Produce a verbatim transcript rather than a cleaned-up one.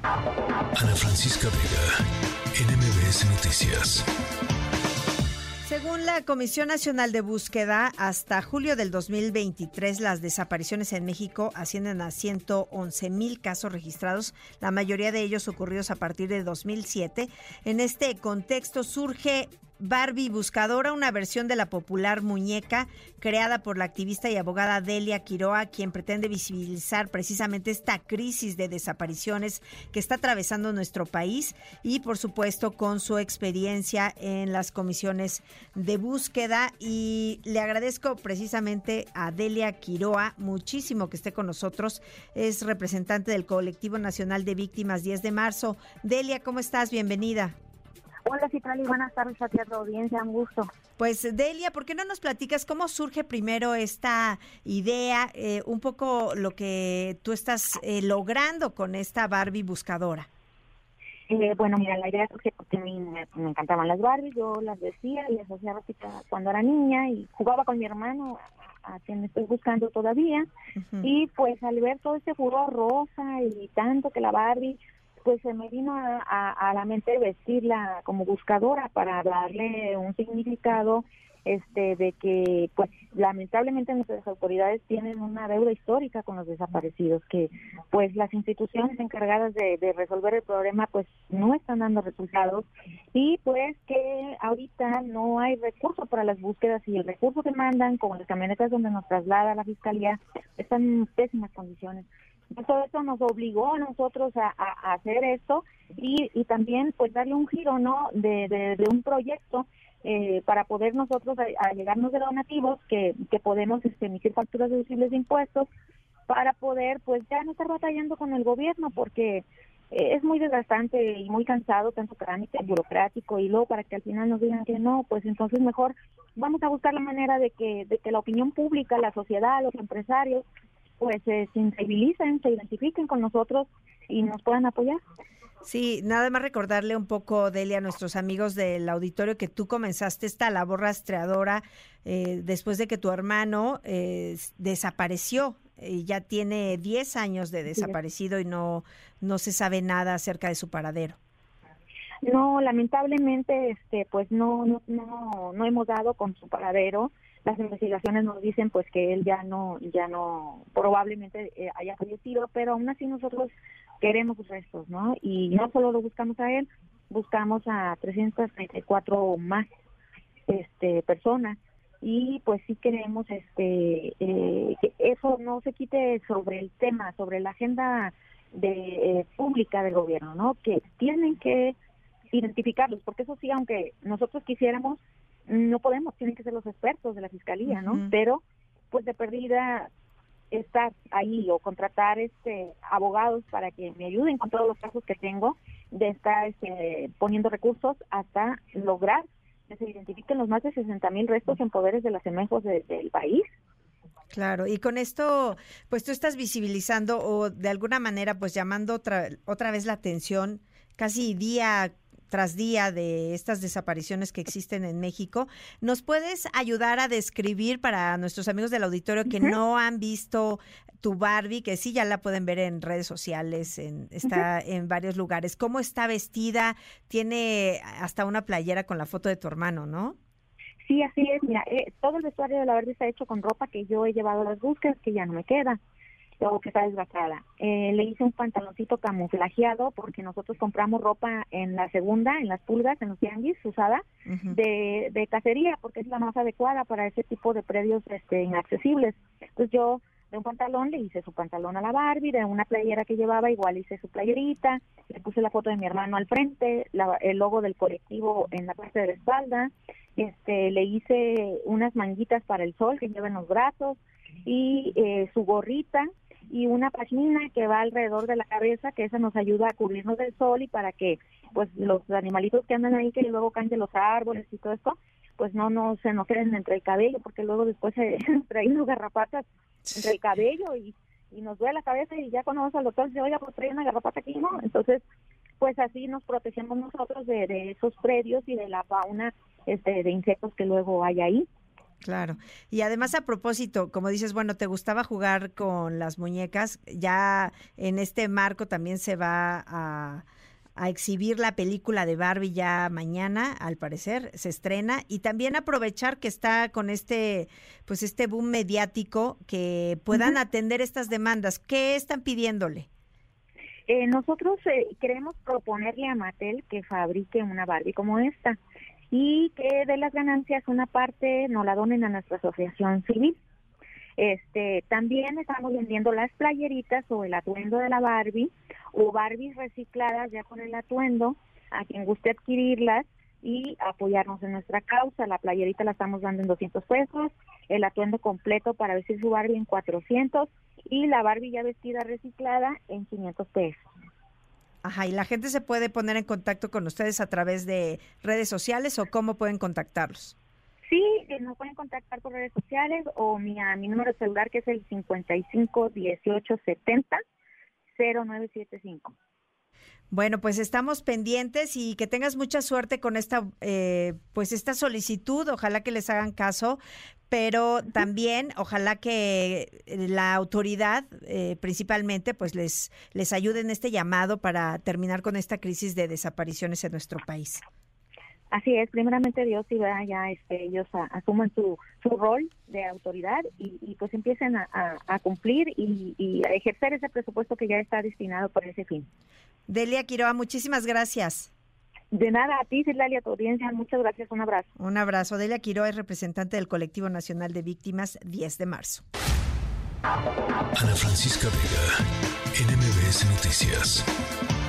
Ana Francisca Vega, N M B S Noticias. Según la Comisión Nacional de Búsqueda, hasta julio del dos mil veintitrés las desapariciones en México ascienden a ciento once mil casos registrados, la mayoría de ellos ocurridos a partir de dos mil siete. En este contexto surge Barbie Buscadora, una versión de la popular muñeca creada por la activista y abogada Delia Quiroa, quien pretende visibilizar precisamente esta crisis de desapariciones que está atravesando nuestro país y, por supuesto, con su experiencia en las comisiones de búsqueda. Y le agradezco precisamente a Delia Quiroa muchísimo que esté con nosotros. Es representante del Colectivo Nacional de Víctimas diez de marzo. Delia, ¿cómo estás? Bienvenida. Hola, Citlali, buenas tardes a ti, a tu audiencia, un gusto. Pues, Delia, ¿por qué no nos platicas cómo surge primero esta idea, eh, un poco lo que tú estás eh, logrando con esta Barbie Buscadora? Eh, bueno, mira, la idea surge porque a mí me, me encantaban las Barbies, yo las decía y las hacía ratita cuando era niña y jugaba con mi hermano, a, a quien estoy buscando todavía, uh-huh. Y pues al ver todo este furor rosa y tanto que la Barbie, pues se me vino a, a, a la mente vestirla como buscadora para darle un significado este de que pues lamentablemente nuestras autoridades tienen una deuda histórica con los desaparecidos, que pues las instituciones encargadas de, de resolver el problema pues no están dando resultados y pues que ahorita no hay recursos para las búsquedas y el recurso que mandan como las camionetas donde nos traslada la fiscalía están en pésimas condiciones. Todo esto nos obligó a nosotros a, a, a hacer esto y, y también pues darle un giro, ¿no? De, de, de un proyecto eh, para poder nosotros a, a llegarnos de donativos que, que podemos este, emitir facturas deducibles de impuestos para poder pues ya no estar batallando con el gobierno porque eh, es muy desgastante y muy cansado tanto trámite burocrático y luego para que al final nos digan que no, pues entonces mejor vamos a buscar la manera de que, de que la opinión pública, la sociedad, los empresarios pues eh, se sensibilicen, se identifiquen con nosotros y nos puedan apoyar. Sí, nada más recordarle un poco, Delia, a nuestros amigos del auditorio que tú comenzaste esta labor rastreadora eh, después de que tu hermano eh, desapareció. Y ya tiene diez años de desaparecido y no, no se sabe nada acerca de su paradero. No, lamentablemente, este, pues no, no, no, no hemos dado con su paradero. Las investigaciones nos dicen pues que él ya no, ya no, probablemente eh, haya fallecido, pero aún así nosotros queremos sus restos, ¿no? Y no solo lo buscamos a él, buscamos a trescientas treinta y cuatro más, este, personas y pues sí queremos, este, eh, que eso no se quite sobre el tema, sobre la agenda de eh, pública del gobierno, ¿no? Que tienen que identificarlos, porque eso sí, aunque nosotros quisiéramos, no podemos, tienen que ser los expertos de la fiscalía, ¿no? Uh-huh. Pero, pues de perdida, estar ahí o contratar este abogados para que me ayuden con todos los casos que tengo, de estar este, poniendo recursos hasta lograr que se identifiquen los más de sesenta mil restos en poderes de las semejos de, del país. Claro, y con esto, pues tú estás visibilizando o de alguna manera, pues llamando otra, otra vez la atención casi día tras día de estas desapariciones que existen en México. ¿Nos puedes ayudar a describir para nuestros amigos del auditorio que uh-huh. no han visto tu Barbie, que sí ya la pueden ver en redes sociales, en, está uh-huh. en varios lugares, cómo está vestida? Tiene hasta una playera con la foto de tu hermano, ¿no? Sí, así es. Mira, eh, todo el vestuario de la Barbie está hecho con ropa que yo he llevado a las búsquedas, que ya no me queda, o que está desgastada. Eh, le hice un pantaloncito camuflajeado porque nosotros compramos ropa en la segunda, en las pulgas, en los tianguis, usada, uh-huh. de, de cacería, porque es la más adecuada para ese tipo de predios este, inaccesibles. Entonces yo de un pantalón le hice su pantalón a la Barbie, de una playera que llevaba igual hice su playerita, le puse la foto de mi hermano al frente, la, el logo del colectivo en la parte de la espalda, este, le hice unas manguitas para el sol que lleva en los brazos y eh, su gorrita y una pashmina que va alrededor de la cabeza, que esa nos ayuda a cubrirnos del sol y para que pues los animalitos que andan ahí, que luego caen de los árboles y todo esto, pues no, no se nos queden entre el cabello, porque luego después se traen los garrapatas entre el cabello y, y nos duele la cabeza y ya cuando vamos al doctor dice, oiga, pues trae una garrapata aquí, ¿no? Entonces, pues así nos protegemos nosotros de, de esos predios y de la fauna este, de insectos que luego hay ahí. Claro. Y además, a propósito, como dices, bueno, te gustaba jugar con las muñecas, ya en este marco también se va a, a exhibir la película de Barbie ya mañana, al parecer, se estrena, y también aprovechar que está con este, pues este boom mediático, que puedan uh-huh. atender estas demandas. ¿Qué están pidiéndole? Eh, nosotros eh, queremos proponerle a Mattel que fabrique una Barbie como esta, y que de las ganancias una parte nos la donen a nuestra asociación civil. Este, también estamos vendiendo las playeritas o el atuendo de la Barbie, o Barbies recicladas ya con el atuendo, a quien guste adquirirlas y apoyarnos en nuestra causa. La playerita la estamos dando en doscientos pesos, el atuendo completo para vestir su Barbie en cuatrocientos, y la Barbie ya vestida reciclada en quinientos pesos. Ajá, ¿y la gente se puede poner en contacto con ustedes a través de redes sociales o cómo pueden contactarlos? Sí, eh, nos pueden contactar por redes sociales o mi, a mi número de celular, que es el cincuenta y cinco dieciocho setenta cero nueve siete cinco. Bueno, pues estamos pendientes y que tengas mucha suerte con esta, eh, pues esta solicitud. Ojalá que les hagan caso, pero también ojalá que la autoridad, eh, principalmente, pues les les ayude en este llamado para terminar con esta crisis de desapariciones en nuestro país. Así es, primeramente Dios y vea ya este, ellos a, asuman su, su rol de autoridad y, y pues empiecen a, a, a cumplir y, y a ejercer ese presupuesto que ya está destinado para ese fin. Delia Quiroa, muchísimas gracias. De nada, a ti, Silvia, y a tu audiencia, muchas gracias, un abrazo. Un abrazo. Delia Quiroa es representante del Colectivo Nacional de Víctimas diez de marzo. Ana Francisca Vega, N M B S Noticias.